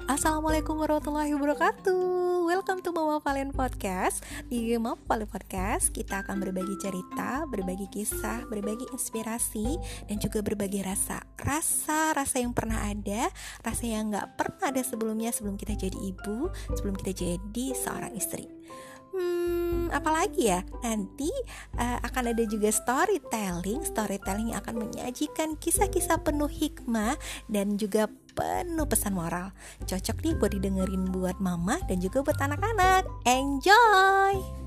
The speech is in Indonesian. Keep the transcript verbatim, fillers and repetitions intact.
Assalamualaikum warahmatullahi wabarakatuh. Welcome to Mama Valen Podcast. Di Mama Valen Podcast kita akan berbagi cerita, berbagi kisah, berbagi inspirasi, dan juga berbagi rasa Rasa-rasa yang pernah ada, rasa yang gak pernah ada sebelumnya, sebelum kita jadi ibu, sebelum kita jadi seorang istri. Hmm, apalagi ya, nanti uh, akan ada juga storytelling Storytelling yang akan menyajikan kisah-kisah penuh hikmah dan juga penuh pesan moral. Cocok nih buat didengerin buat mama dan juga buat anak-anak. Enjoy!